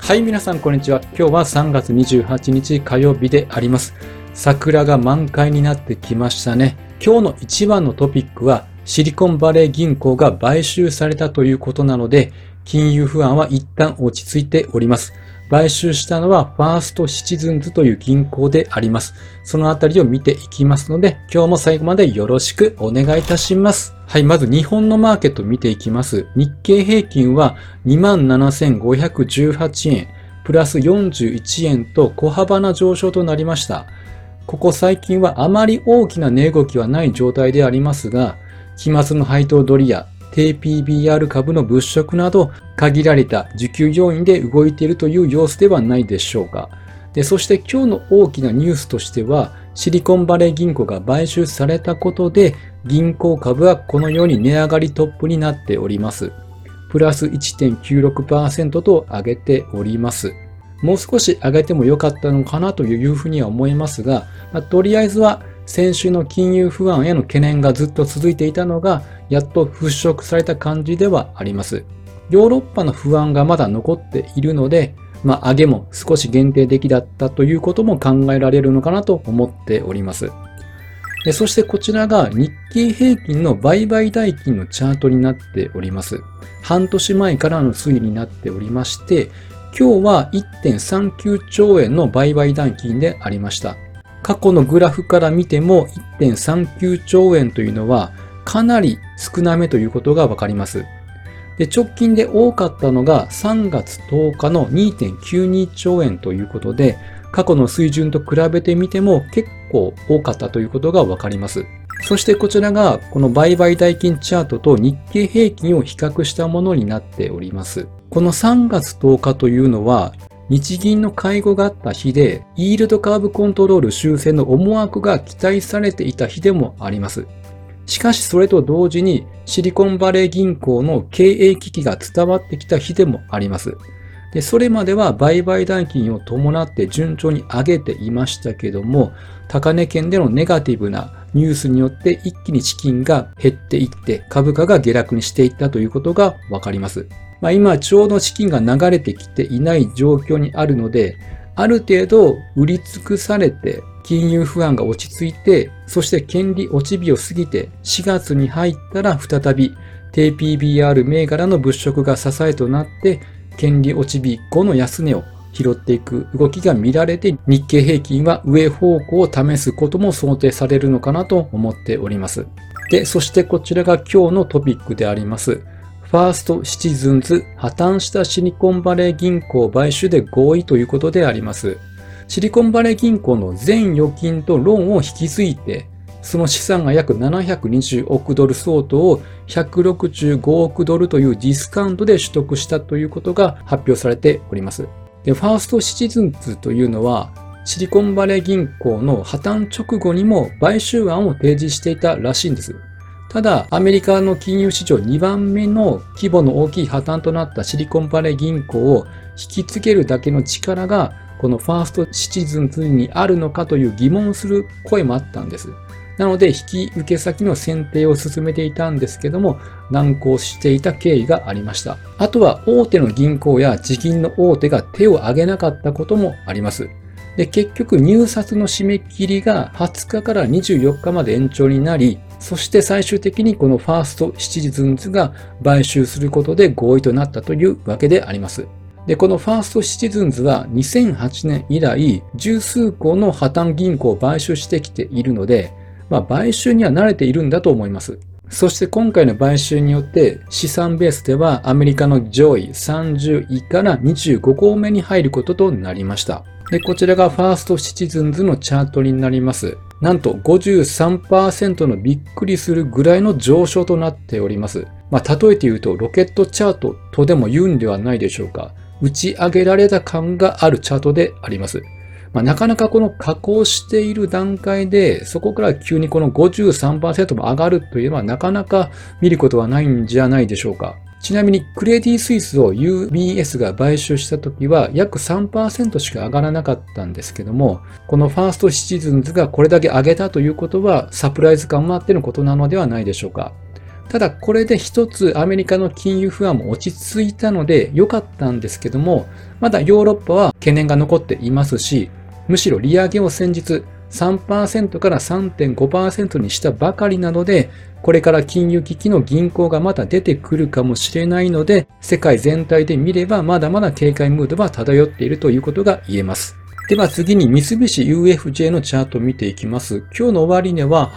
はい、皆さんこんにちは。今日は3月28日火曜日であります。桜が満開になってきましたね。今日の一番のトピックはシリコンバレー銀行が買収されたということなので、金融不安は一旦落ち着いております。買収したのはファーストシチズンズという銀行であります。そのあたりを見ていきますので、今日も最後までよろしくお願いいたします。はい、まず日本のマーケットを見ていきます。日経平均は 27,518 円、プラス41円と小幅な上昇となりました。ここ最近はあまり大きな値動きはない状態でありますが、期末の配当取りや低 PBR 株の物色など限られた需給要因で動いているという様子ではないでしょうか。そして今日の大きなニュースとしては、シリコンバレー銀行が買収されたことで、銀行株はこのように値上がりトップになっております。プラス 1.96% と上げております。もう少し上げてもよかったのかなというふうには思いますが、とりあえずは先週の金融不安への懸念がずっと続いていたのが、やっと払拭された感じではあります。ヨーロッパの不安がまだ残っているので、上げも少し限定的だったということも考えられるのかなと思っております。そしてこちらが日経平均の売買代金のチャートになっております。半年前からの推移になっておりまして、今日は 1.39 兆円の売買代金でありました。過去のグラフから見ても 1.39 兆円というのはかなり少なめということがわかります。直近で多かったのが3月10日の 2.92 兆円ということで、過去の水準と比べてみても結構多かったということがわかります。そしてこちらがこの売買代金チャートと日経平均を比較したものになっております。この3月10日というのは日銀の会合があった日で、イールドカーブコントロール修正の思惑が期待されていた日でもあります。しかしそれと同時にシリコンバレー銀行の経営危機が伝わってきた日でもあります。それまでは売買代金を伴って順調に上げていましたけども、高値圏でのネガティブなニュースによって一気に資金が減っていって株価が下落にしていったということがわかります。今ちょうど資金が流れてきていない状況にあるので、ある程度売り尽くされて金融不安が落ち着いて、そして権利落ち日を過ぎて4月に入ったら再び低 PBR 銘柄の物色が支えとなって権利落ち日後の安値を拾っていく動きが見られて、日経平均は上方向を試すことも想定されるのかなと思っております。そしてこちらが今日のトピックであります。ファーストシチズンズ破綻したシリコンバレー銀行買収で合意ということであります。シリコンバレー銀行の全預金とローンを引き継いで、その資産が約720億ドル相当を165億ドルというディスカウントで取得したということが発表されております。ファーストシチズンズというのは、シリコンバレー銀行の破綻直後にも買収案を提示していたらしいんです。ただ、アメリカの金融市場2番目の規模の大きい破綻となったシリコンバレー銀行を引き継げるだけの力が、このファーストシチズンズにあるのかという疑問をする声もあったんです。なので、引き受け先の選定を進めていたんですけども、難航していた経緯がありました。あとは、大手の銀行や地銀の大手が手を挙げなかったこともあります。結局、入札の締め切りが20日から24日まで延長になり、そして最終的にこのファーストシチズンズが買収することで合意となったというわけであります。このファーストシチズンズは2008年以来、十数個の破綻銀行を買収してきているので、買収には慣れているんだと思います。そして今回の買収によって資産ベースではアメリカの上位30位から25項目に入ることとなりました。こちらがファーストシチズンズのチャートになります。なんと 53% のびっくりするぐらいの上昇となっております。例えて言うとロケットチャートとでも言うんではないでしょうか。打ち上げられた感があるチャートであります。なかなかこの下降している段階で、そこから急にこの 53% も上がるというのはなかなか見ることはないんじゃないでしょうか。ちなみにクレディ・スイスを UBS が買収した時は約 3% しか上がらなかったんですけども、このファーストシチズンズがこれだけ上げたということはサプライズ感もあってのことなのではないでしょうか。 ただこれで一つアメリカの金融不安も落ち着いたので良かったんですけども、まだヨーロッパは懸念が残っていますし、むしろ利上げを先日3% から 3.5% にしたばかりなので、これから金融危機の銀行がまた出てくるかもしれないので、世界全体で見ればまだまだ警戒ムードは漂っているということが言えます。では次に三菱 UFJ のチャートを見ていきます。今日の終値は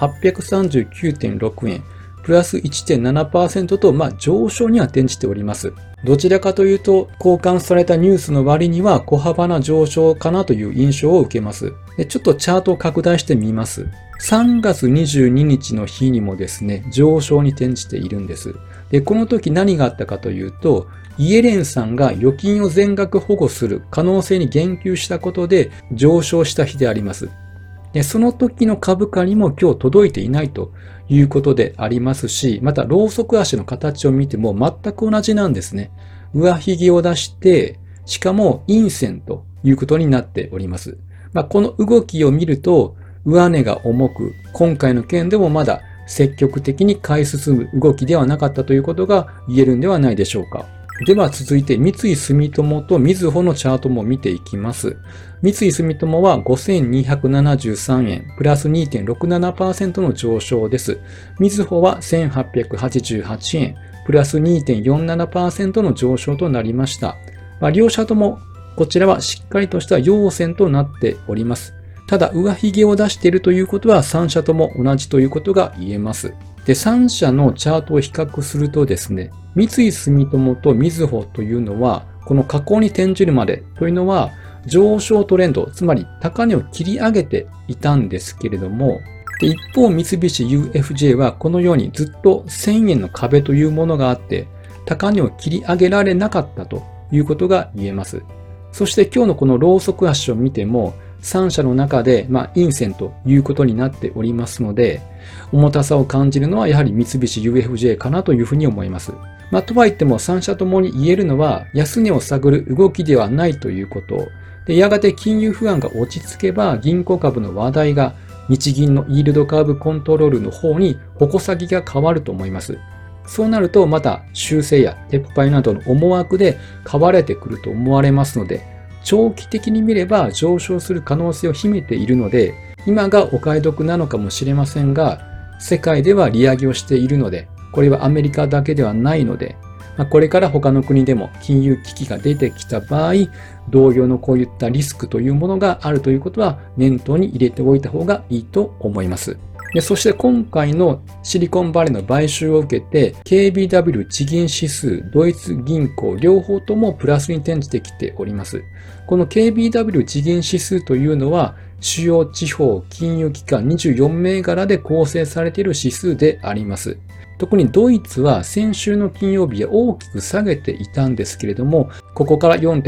839.6 円。プラス 1.7% と、上昇には転じております。どちらかというと、交換されたニュースの割には小幅な上昇かなという印象を受けます。でちょっとチャートを拡大してみます。3月22日の日にもですね、上昇に転じているんです。で、この時何があったかというと、イエレンさんが預金を全額保護する可能性に言及したことで上昇した日であります。で、その時の株価にも今日届いていないということでありますし、またロウソク足の形を見ても全く同じなんですね。上髭を出して、しかも陰線ということになっております。この動きを見ると、上値が重く、今回の件でもまだ積極的に買い進む動きではなかったということが言えるんではないでしょうか。では続いて三井住友とみずほのチャートも見ていきます。三井住友は5273円、プラス 2.67% の上昇です。みずほは1888円、プラス 2.47% の上昇となりました。両社ともこちらはしっかりとした陽線となっております。ただ上髭を出しているということは3社とも同じということが言えます。で、3社のチャートを比較するとですね、三井住友とみずほというのは、この下降に転じるまでというのは、上昇トレンド、つまり高値を切り上げていたんですけれども、で一方三菱 UFJ はこのようにずっと1000円の壁というものがあって、高値を切り上げられなかったということが言えます。そして今日のこのロウソク足を見ても、3社の中で、陰線ということになっておりますので、重たさを感じるのはやはり三菱 UFJ かなというふうに思います。とはいっても3社ともに言えるのは、安値を探る動きではないということ。で、やがて金融不安が落ち着けば、銀行株の話題が日銀のイールドカーブコントロールの方に矛先が変わると思います。そうなると、また修正や撤廃などの思惑で買われてくると思われますので、長期的に見れば上昇する可能性を秘めているので、今がお買い得なのかもしれませんが、世界では利上げをしているので、これはアメリカだけではないので、これから他の国でも金融危機が出てきた場合、同様のこういったリスクというものがあるということは念頭に入れておいた方がいいと思います。そして今回のシリコンバレーの買収を受けて KBW 地銀指数、ドイツ銀行両方ともプラスに転じてきております。この KBW 地銀指数というのは主要地方金融機関24銘柄で構成されている指数であります。特にドイツは先週の金曜日は大きく下げていたんですけれども、ここから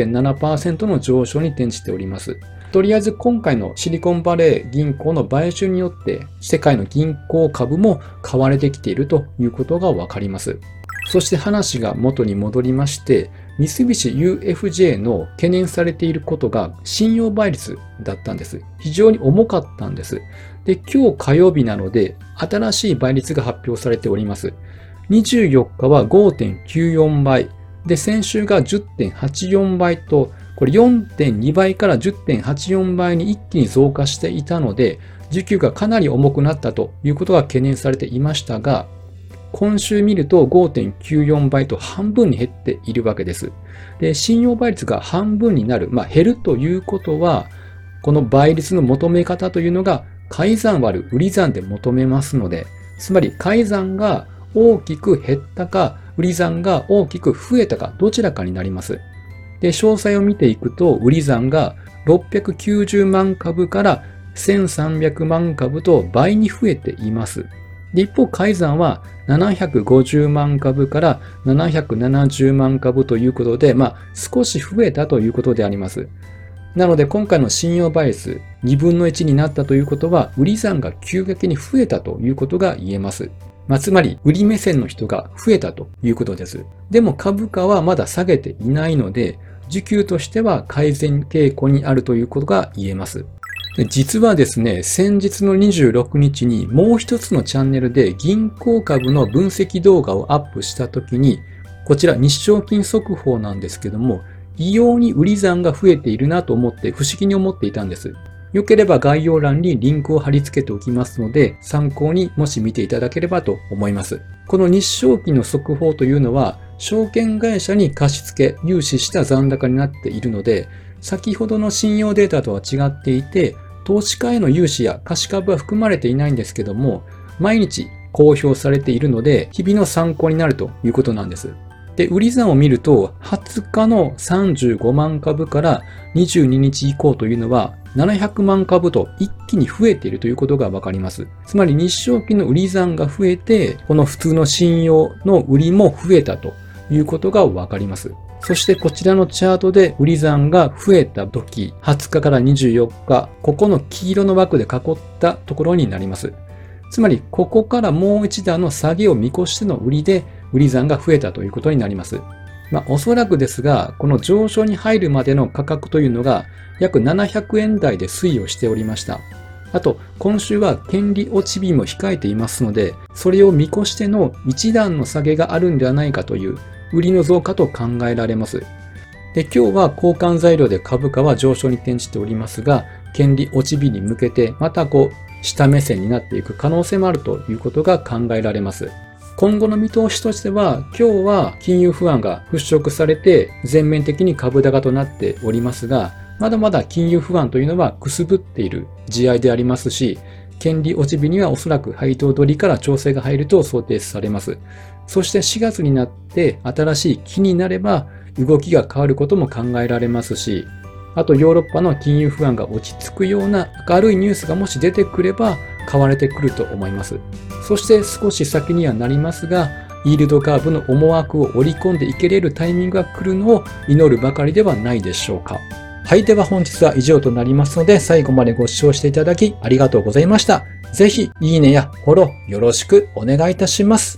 4.7% の上昇に転じております。とりあえず今回のシリコンバレー銀行の買収によって世界の銀行株も買われてきているということがわかります。そして話が元に戻りまして、三菱 UFJ の懸念されていることが信用倍率だったんです。非常に重かったんです。で、今日火曜日なので新しい倍率が発表されております。24日は 5.94 倍。で、先週が 10.84 倍と、これ 4.2 倍から 10.84 倍に一気に増加していたので、需給がかなり重くなったということが懸念されていましたが、今週見ると 5.94 倍と半分に減っているわけです。で、信用倍率が半分になる、減るということは、この倍率の求め方というのが、買い算割る売り算で求めますので、つまり買い算が大きく減ったか、売り算が大きく増えたか、どちらかになります。で、詳細を見ていくと、売り算が690万株から1300万株と倍に増えています。で、一方、買い算は750万株から770万株ということで、少し増えたということであります。なので、今回の信用倍率2分の1になったということは、売り算が急激に増えたということが言えます。つまり、売り目線の人が増えたということです。でも株価はまだ下げていないので、需給としては改善傾向にあるということが言えます。 で実はですね、先日の26日にもう一つのチャンネルで銀行株の分析動画をアップしたときに、こちら日証金速報なんですけども、異様に売り算が増えているなと思って不思議に思っていたんです。よければ概要欄にリンクを貼り付けておきますので、参考にもし見ていただければと思います。この日証金の速報というのは、証券会社に貸し付け、融資した残高になっているので、先ほどの信用データとは違っていて、投資家への融資や貸し株は含まれていないんですけども、毎日公表されているので、日々の参考になるということなんです。で、売り算を見ると、20日の35万株から22日以降というのは、700万株と一気に増えているということがわかります。つまり日証金の売り算が増えて、この普通の信用の売りも増えたということがわかります。そしてこちらのチャートで売り算が増えた時、20日から24日、ここの黄色の枠で囲ったところになります。つまりここからもう一段の下げを見越しての売りで、売り算が増えたということになります。おそらくですが、この上昇に入るまでの価格というのが約700円台で推移をしておりました。あと、今週は権利落ち日も控えていますので、それを見越しての一段の下げがあるんではないかという売りの増加と考えられます。で、今日は交換材料で株価は上昇に転じておりますが、権利落ち日に向けてまた下目線になっていく可能性もあるということが考えられます。今後の見通しとしては、今日は金融不安が払拭されて全面的に株高となっておりますが、まだまだ金融不安というのはくすぶっている地合いでありますし、権利落ち日にはおそらく配当取りから調整が入ると想定されます。そして4月になって新しい期になれば動きが変わることも考えられますし、あとヨーロッパの金融不安が落ち着くような明るいニュースがもし出てくれば買われてくると思います。そして少し先にはなりますが、イールドカーブの思惑を織り込んでいけれるタイミングが来るのを祈るばかりではないでしょうか。はい、では本日は以上となりますので、最後までご視聴していただきありがとうございました。ぜひいいねやフォローよろしくお願いいたします。